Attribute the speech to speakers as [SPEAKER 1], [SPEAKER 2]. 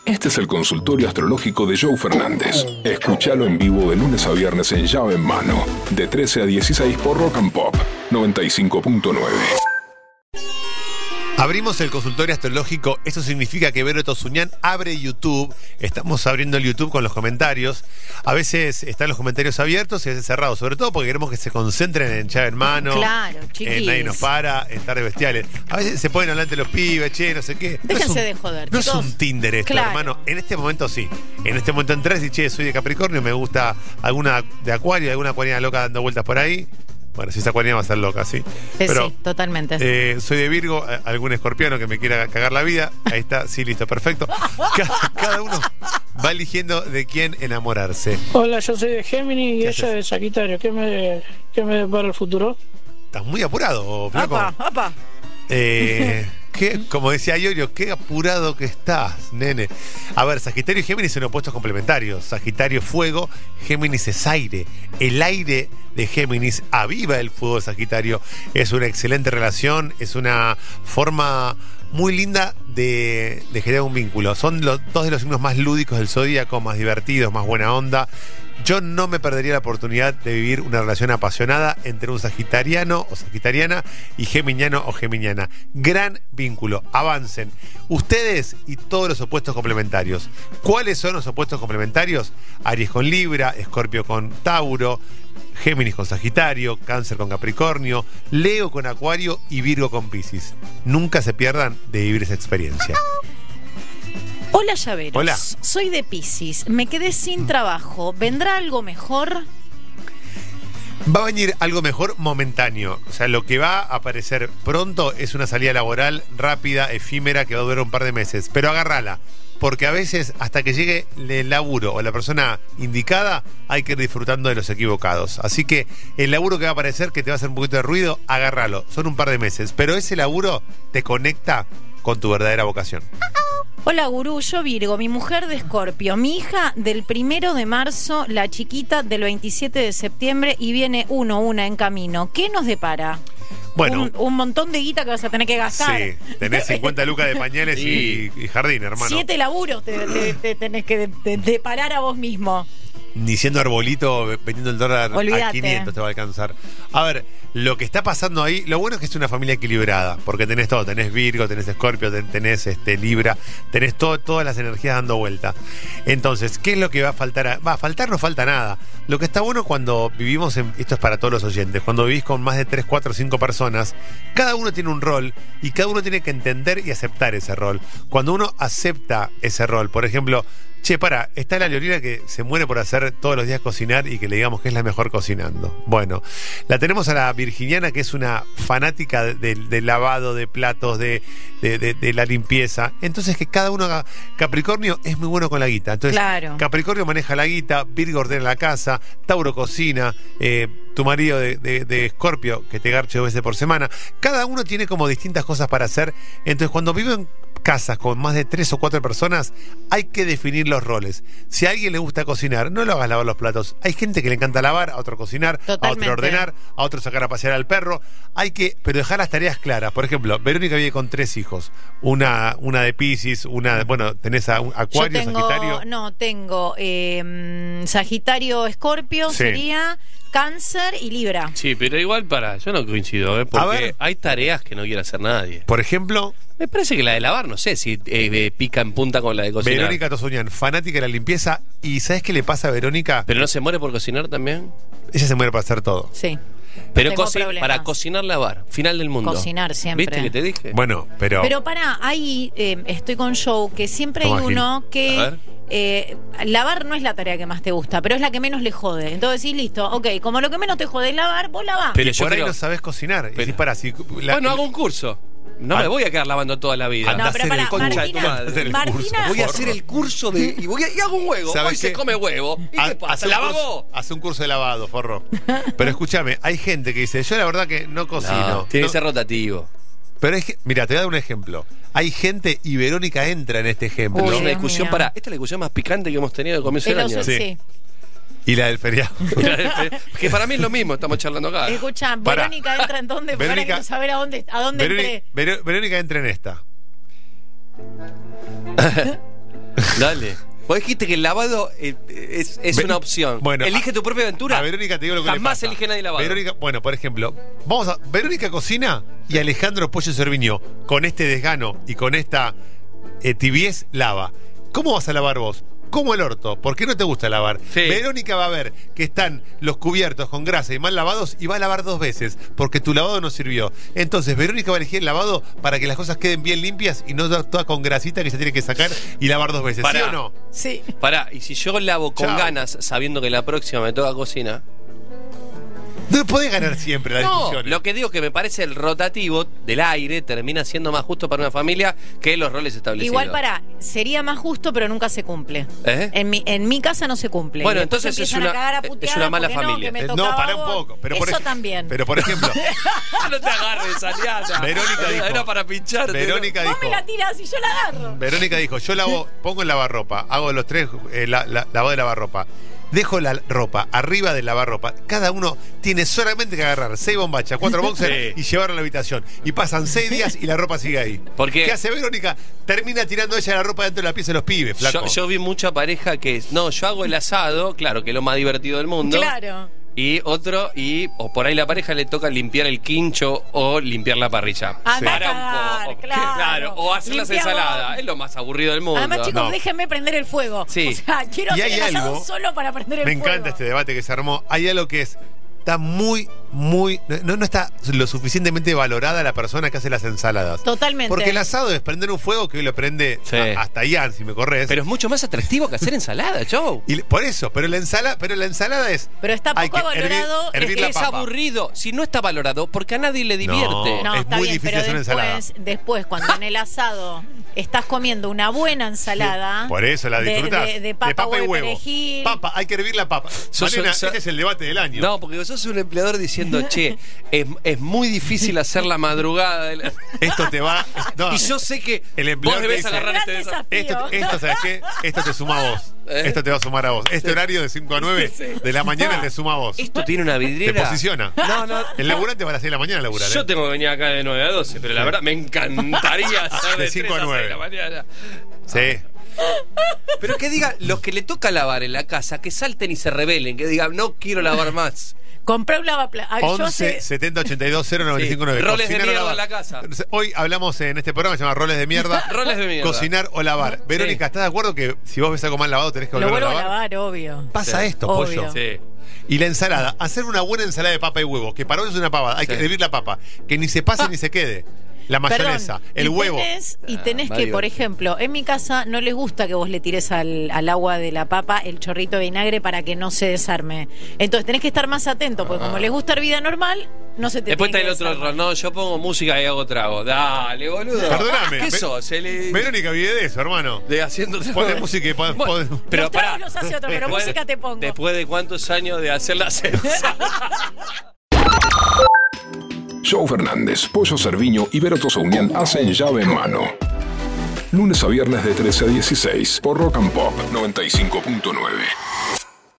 [SPEAKER 1] Este es el consultorio astrológico de Joe Fernández. Escúchalo en vivo de lunes a viernes en Llave en Mano, de 13 a 16 por Rock and Pop 95.9.
[SPEAKER 2] Abrimos el consultorio astrológico. Esto significa que Vero Tosuñán abre YouTube. Estamos abriendo el YouTube con los comentarios. A veces están los comentarios abiertos y a veces cerrados. Sobre todo porque queremos que se concentren en Llave en Mano.
[SPEAKER 3] Claro, chiquis.
[SPEAKER 2] Nadie nos para, en Tardes Bestiales. A veces se ponen adelante los pibes, che, no sé qué.
[SPEAKER 3] Déjense de joder,
[SPEAKER 2] No
[SPEAKER 3] chicos.
[SPEAKER 2] es un Tinder esto,
[SPEAKER 3] Claro.
[SPEAKER 2] hermano. En este momento sí. En este momento entrás y che, soy de Capricornio, me gusta alguna de Acuario, alguna acuariana loca dando vueltas por ahí. Bueno, si esa acuariana va a ser loca, sí.
[SPEAKER 3] Sí,
[SPEAKER 2] Pero,
[SPEAKER 3] sí, totalmente.
[SPEAKER 2] soy de Virgo, algún escorpiano que me quiera cagar la vida. Ahí está, sí, listo, perfecto. Cada uno va eligiendo de quién enamorarse.
[SPEAKER 4] Hola, yo soy de Géminis y
[SPEAKER 2] ¿Qué
[SPEAKER 4] ella
[SPEAKER 2] haces?
[SPEAKER 4] de Sagitario. ¿Qué me depara el futuro?
[SPEAKER 2] Estás muy apurado, flaco.
[SPEAKER 3] ¡Apa!
[SPEAKER 2] Como decía Iorio, qué apurado que estás, nene. A ver, Sagitario y Géminis son opuestos complementarios. Sagitario es fuego, Géminis es aire. El aire de Géminis aviva el fuego de Sagitario. Es una excelente relación, es una forma muy linda de generar un vínculo. Son dos de los signos más lúdicos del zodíaco, más divertidos, más buena onda. Yo no me perdería la oportunidad de vivir una relación apasionada entre un sagitariano o sagitariana y geminiano o geminiana. Gran vínculo. Avancen. Ustedes y todos los opuestos complementarios. ¿Cuáles son los opuestos complementarios? Aries con Libra, Escorpio con Tauro, Géminis con Sagitario, Cáncer con Capricornio, Leo con Acuario y Virgo con Piscis. Nunca se pierdan de vivir esa experiencia.
[SPEAKER 3] Hola, llaveros.
[SPEAKER 2] Hola.
[SPEAKER 3] Soy de Piscis. Me quedé sin trabajo. ¿Vendrá algo mejor?
[SPEAKER 2] Va a venir algo mejor momentáneo. O sea, lo que va a aparecer pronto es una salida laboral rápida, efímera, que va a durar un par de meses. Pero agárrala. Porque a veces, hasta que llegue el laburo o la persona indicada, hay que ir disfrutando de los equivocados. Así que el laburo que va a aparecer, que te va a hacer un poquito de ruido, agárralo. Son un par de meses. Pero ese laburo te conecta con tu verdadera vocación.
[SPEAKER 3] Hola, gurú. Yo Virgo, mi mujer de Escorpio, mi hija del 1 de marzo, la chiquita del 27 de septiembre y viene una en camino. ¿Qué nos depara?
[SPEAKER 2] Bueno.
[SPEAKER 3] Un montón de guita que vas a tener que gastar.
[SPEAKER 2] Sí, tenés 50 lucas de pañales y jardín, hermano.
[SPEAKER 3] 7 laburos te tenés que deparar a vos mismo.
[SPEAKER 2] Ni siendo arbolito vendiendo el dólar
[SPEAKER 3] Olvídate.
[SPEAKER 2] a 500 te va a alcanzar. A ver, lo que está pasando ahí, lo bueno es que es una familia equilibrada, porque tenés todo, tenés Virgo, tenés Escorpio, tenés Libra, tenés todas las energías dando vuelta. Entonces, ¿qué es lo que va a faltar? Va a faltar, no falta nada. Lo que está bueno cuando vivimos, esto es para todos los oyentes, cuando vivís con más de 3, 4, 5 personas, cada uno tiene un rol y cada uno tiene que entender y aceptar ese rol. Cuando uno acepta ese rol, por ejemplo, che, está la Leonina que se muere por hacer todos los días cocinar y que le digamos que es la mejor cocinando. Bueno, la tenemos a la Virginiana, que es una fanática del lavado de platos, de la limpieza. Entonces, que cada uno haga. Capricornio es muy bueno con la guita. Entonces,
[SPEAKER 3] claro. Capricornio
[SPEAKER 2] maneja la guita, Virgo ordena la casa, Tauro cocina, tu marido de Escorpio, que te garche 2 veces por semana. Cada uno tiene como distintas cosas para hacer. Entonces, cuando viven casas con más de 3 o 4 personas, hay que definir los roles. Si a alguien le gusta cocinar, no lo hagas lavar los platos. Hay gente que le encanta lavar, a otro cocinar,
[SPEAKER 3] Totalmente.
[SPEAKER 2] a otro ordenar, a otro sacar a pasear al perro. Pero dejar las tareas claras. Por ejemplo, Verónica vive con 3 hijos. Una de Piscis, tenés a Acuario, Sagitario.
[SPEAKER 3] No, tengo Sagitario, Escorpio,
[SPEAKER 2] Sí.
[SPEAKER 3] sería Cáncer y Libra.
[SPEAKER 5] Sí, pero igual yo no coincido, porque hay tareas que no quiere hacer nadie.
[SPEAKER 2] Por ejemplo,
[SPEAKER 5] me parece que la de lavar, no sé si pica en punta con la de cocinar.
[SPEAKER 2] Verónica Tosuñán, fanática de la limpieza. ¿Y sabes qué le pasa a Verónica?
[SPEAKER 5] ¿Pero no se muere por cocinar también?
[SPEAKER 2] Ella se muere para hacer todo.
[SPEAKER 3] Sí.
[SPEAKER 5] Pero
[SPEAKER 3] Tengo problemas.
[SPEAKER 5] para cocinar, lavar, final del mundo.
[SPEAKER 3] Cocinar siempre.
[SPEAKER 5] ¿Viste que te dije?
[SPEAKER 2] Bueno, pero
[SPEAKER 3] ahí estoy con Joe, que siempre hay
[SPEAKER 2] Toma, Gil.
[SPEAKER 3] uno
[SPEAKER 5] A
[SPEAKER 3] que
[SPEAKER 5] ver.
[SPEAKER 3] lavar no es la tarea que más te gusta, pero es la que menos le jode. Entonces decís, listo, ok, como lo que menos te jode es lavar, vos lavás.
[SPEAKER 5] Pero
[SPEAKER 2] y
[SPEAKER 5] yo
[SPEAKER 2] por ahí
[SPEAKER 5] creo-
[SPEAKER 2] no sabés cocinar.
[SPEAKER 5] Pero-
[SPEAKER 2] Y decís,
[SPEAKER 5] Bueno, hago un curso. No me voy a quedar lavando toda la vida.
[SPEAKER 3] No, pero pará,
[SPEAKER 5] concha de tu madre.
[SPEAKER 3] Martina,
[SPEAKER 5] Voy a hacer el curso de... Y hago un huevo.
[SPEAKER 2] ¿Sabes
[SPEAKER 5] Hoy se
[SPEAKER 2] qué?
[SPEAKER 5] come huevo. ¿Y qué pasa? ¿Lava vos?
[SPEAKER 2] Hace un curso de lavado, forro. Pero escúchame, hay gente que dice, yo la verdad que no cocino.
[SPEAKER 5] No, tiene
[SPEAKER 2] No.
[SPEAKER 5] que ser rotativo.
[SPEAKER 2] Pero mira, te voy a dar un ejemplo. Hay gente, y Verónica entra en este ejemplo.
[SPEAKER 3] Uy,
[SPEAKER 5] Es una
[SPEAKER 3] Dios
[SPEAKER 5] discusión
[SPEAKER 3] mío.
[SPEAKER 5] esta es la discusión más picante que hemos tenido al comienzo del año.
[SPEAKER 3] sí.
[SPEAKER 2] Y la del feriado.
[SPEAKER 5] Que para mí es lo mismo, estamos charlando acá.
[SPEAKER 3] Escucha,
[SPEAKER 2] Pará.
[SPEAKER 3] Verónica entra en dónde, porque ahora
[SPEAKER 2] Verónica-
[SPEAKER 3] quiero saber a dónde entré.
[SPEAKER 2] Verónica entra en esta.
[SPEAKER 5] Dale. Vos dijiste que el lavado es una opción.
[SPEAKER 2] Bueno,
[SPEAKER 5] elige tu propia aventura.
[SPEAKER 2] A Verónica te digo lo que le
[SPEAKER 5] Jamás
[SPEAKER 2] pasa.
[SPEAKER 5] elige nadie lavado.
[SPEAKER 2] Verónica, bueno, por ejemplo, Verónica cocina y Alejandro Pollo Cerviño, con este desgano y con esta tibiez, lava. ¿Cómo vas a lavar vos? Como el orto. ¿Por qué no te gusta lavar?
[SPEAKER 5] Sí.
[SPEAKER 2] Verónica va a ver que están los cubiertos con grasa y mal lavados y va a lavar 2 veces porque tu lavado no sirvió. Entonces Verónica va a elegir el lavado para que las cosas queden bien limpias y no todas con grasita que se tiene que sacar y lavar 2 veces.
[SPEAKER 5] Pará.
[SPEAKER 2] ¿Sí o no?
[SPEAKER 3] Sí.
[SPEAKER 5] Pará, y si yo lavo con
[SPEAKER 2] Chao.
[SPEAKER 5] ganas, sabiendo que la próxima me toca cocina.
[SPEAKER 2] No podés ganar siempre las
[SPEAKER 5] No,
[SPEAKER 2] discusiones.
[SPEAKER 5] lo que digo que me parece el rotativo del aire termina siendo más justo para una familia que los roles establecidos.
[SPEAKER 3] Igual sería más justo, pero nunca se cumple.
[SPEAKER 5] ¿Eh?
[SPEAKER 3] En mi casa no se cumple.
[SPEAKER 5] Bueno,
[SPEAKER 3] Y después
[SPEAKER 5] entonces es
[SPEAKER 3] empiezan a
[SPEAKER 5] una-
[SPEAKER 3] cagar a
[SPEAKER 5] es
[SPEAKER 3] puteadas
[SPEAKER 5] una mala
[SPEAKER 3] porque
[SPEAKER 5] familia.
[SPEAKER 3] No, que me
[SPEAKER 2] No,
[SPEAKER 3] tocaba
[SPEAKER 2] para un
[SPEAKER 3] vos.
[SPEAKER 2] poco. Pero
[SPEAKER 3] Eso
[SPEAKER 2] por
[SPEAKER 3] también.
[SPEAKER 2] Pero por ejemplo,
[SPEAKER 5] No te agarres, Aliana.
[SPEAKER 2] Verónica dijo-
[SPEAKER 5] Era para pincharte.
[SPEAKER 2] Verónica
[SPEAKER 3] Vos
[SPEAKER 2] dijo,
[SPEAKER 3] me la tirás y yo la agarro.
[SPEAKER 2] Verónica dijo, yo pongo el lavarropa, hago los 3 lavado de lavarropa. Dejo la ropa arriba del lavarropa. Cada uno tiene solamente que agarrar 6 bombachas, 4 boxers
[SPEAKER 5] Sí.
[SPEAKER 2] y llevarlo a la habitación. Y pasan 6 días y la ropa sigue ahí.
[SPEAKER 5] ¿Por qué?
[SPEAKER 2] ¿Qué hace Verónica? Termina tirando ella la ropa dentro de la pieza de los pibes, flaco.
[SPEAKER 5] Yo vi mucha pareja que es, no, yo hago el asado, claro, que es lo más divertido del mundo.
[SPEAKER 3] Claro.
[SPEAKER 5] Y o por ahí la pareja le toca limpiar el quincho o limpiar la parrilla.
[SPEAKER 3] Anda a
[SPEAKER 5] Para un
[SPEAKER 3] cagar,
[SPEAKER 5] poco.
[SPEAKER 3] claro.
[SPEAKER 5] O hacer las
[SPEAKER 3] Limpia
[SPEAKER 5] ensaladas.
[SPEAKER 3] vos.
[SPEAKER 5] Es lo más aburrido del mundo.
[SPEAKER 3] Además, chicos,
[SPEAKER 2] No.
[SPEAKER 3] déjenme prender el fuego.
[SPEAKER 5] Sí.
[SPEAKER 3] O sea, quiero
[SPEAKER 2] Y
[SPEAKER 3] hacer
[SPEAKER 2] hay
[SPEAKER 3] el asado
[SPEAKER 2] algo-
[SPEAKER 3] solo para prender el
[SPEAKER 2] Me
[SPEAKER 3] fuego.
[SPEAKER 2] encanta este debate que se armó. Hay algo que está muy, no está lo suficientemente valorada la persona que hace las ensaladas.
[SPEAKER 3] Totalmente.
[SPEAKER 2] Porque el asado es prender un fuego que hoy lo prende
[SPEAKER 5] Sí.
[SPEAKER 2] hasta Ian, si me corres.
[SPEAKER 5] Pero es mucho más atractivo que hacer ensalada, Joe.
[SPEAKER 2] Y por eso, pero la ensalada es.
[SPEAKER 3] Pero está
[SPEAKER 2] hay
[SPEAKER 3] poco
[SPEAKER 2] que
[SPEAKER 3] valorado.
[SPEAKER 2] hervir la
[SPEAKER 5] Es
[SPEAKER 2] papa.
[SPEAKER 5] aburrido. Si no está valorado, porque a nadie le divierte.
[SPEAKER 3] No,
[SPEAKER 2] Es
[SPEAKER 3] está
[SPEAKER 2] muy
[SPEAKER 3] bien,
[SPEAKER 2] difícil
[SPEAKER 3] pero
[SPEAKER 2] hacer una ensalada.
[SPEAKER 3] después, cuando en el asado estás comiendo una buena ensalada.
[SPEAKER 2] Por eso la disfrutas.
[SPEAKER 3] De papa,
[SPEAKER 2] y
[SPEAKER 3] huevo,
[SPEAKER 2] huevo.
[SPEAKER 3] perejil.
[SPEAKER 2] Papa, hay que hervir la papa. Mariana, este es el debate del año.
[SPEAKER 5] No, porque vos sos un empleador diciendo, che, es muy difícil hacer la madrugada.
[SPEAKER 2] Esto te va. No.
[SPEAKER 5] Y yo sé que
[SPEAKER 2] El
[SPEAKER 5] vos
[SPEAKER 2] empleador
[SPEAKER 5] debés
[SPEAKER 2] te dice,
[SPEAKER 5] agarrar este
[SPEAKER 3] Gran
[SPEAKER 5] desafío.
[SPEAKER 3] desafío.
[SPEAKER 2] Esto, ¿sabes qué? Esto te suma a vos. Esto te va a sumar a vos. Este horario de 5 a 9 de la mañana te suma a vos.
[SPEAKER 5] Esto tiene una
[SPEAKER 2] Te
[SPEAKER 5] vidriera.
[SPEAKER 2] posiciona.
[SPEAKER 5] No.
[SPEAKER 2] El laburante va a las 6 de la mañana a laburar.
[SPEAKER 5] Yo tengo que venir acá de 9 a 12, pero la verdad me encantaría hacer
[SPEAKER 2] De
[SPEAKER 5] de
[SPEAKER 2] 5
[SPEAKER 5] 5
[SPEAKER 2] a
[SPEAKER 5] a 9
[SPEAKER 2] 9.
[SPEAKER 5] de la mañana.
[SPEAKER 2] Sí.
[SPEAKER 5] Pero que diga, los que le toca lavar en la casa, que salten y se rebelen, que digan, no quiero lavar más.
[SPEAKER 3] Compré un lavaplatos.
[SPEAKER 2] 11 70 82 0 95 9.
[SPEAKER 5] Sí. Roles de
[SPEAKER 2] Cocinar o
[SPEAKER 5] mierda
[SPEAKER 2] lavar.
[SPEAKER 5] en la casa.
[SPEAKER 2] Hoy hablamos en este programa, se llama Roles de Mierda.
[SPEAKER 5] Roles de mierda.
[SPEAKER 2] Cocinar o lavar. Verónica, ¿estás de acuerdo que si vos ves algo mal lavado tenés que
[SPEAKER 3] Lo
[SPEAKER 2] volver
[SPEAKER 3] vuelvo
[SPEAKER 2] a
[SPEAKER 3] a
[SPEAKER 2] lavar?
[SPEAKER 3] lavar, obvio.
[SPEAKER 2] Pasa
[SPEAKER 5] Sí.
[SPEAKER 2] esto,
[SPEAKER 3] Obvio.
[SPEAKER 2] pollo.
[SPEAKER 5] Sí.
[SPEAKER 2] Y la ensalada, hacer una buena ensalada de papa y huevo, que para vos es una pava, hay que
[SPEAKER 5] Sí.
[SPEAKER 2] hervir la papa, que ni se pase ni se quede. La mayonesa,
[SPEAKER 3] Perdón,
[SPEAKER 2] el huevo.
[SPEAKER 3] Y tenés que,
[SPEAKER 5] Mario.
[SPEAKER 3] por ejemplo, en mi casa no les gusta que vos le tires al agua de la papa el chorrito de vinagre para que no se desarme. Entonces tenés que estar más atento, porque como les gusta hervida normal, no se te
[SPEAKER 5] Después está
[SPEAKER 3] tiene
[SPEAKER 5] el
[SPEAKER 3] que
[SPEAKER 5] otro
[SPEAKER 3] desarmar.
[SPEAKER 5] error. No, yo pongo música y hago trago. Dale, boludo.
[SPEAKER 2] Perdóname.
[SPEAKER 5] ¿Qué sos?
[SPEAKER 2] Verónica vive de eso, hermano.
[SPEAKER 5] De haciendo trago.
[SPEAKER 2] Pone música y pon-
[SPEAKER 5] Bueno,
[SPEAKER 2] pon-
[SPEAKER 5] pero
[SPEAKER 3] Los tragos los hace otro, pero
[SPEAKER 5] Después-
[SPEAKER 3] música te pongo.
[SPEAKER 5] Después de cuántos años de hacer la ensaladas.
[SPEAKER 1] Joe Fernández, Pollo Cerviño y Vero Tosaunian hacen llave en mano. Lunes a viernes de 13 a 16 por Rock and Pop 95.9.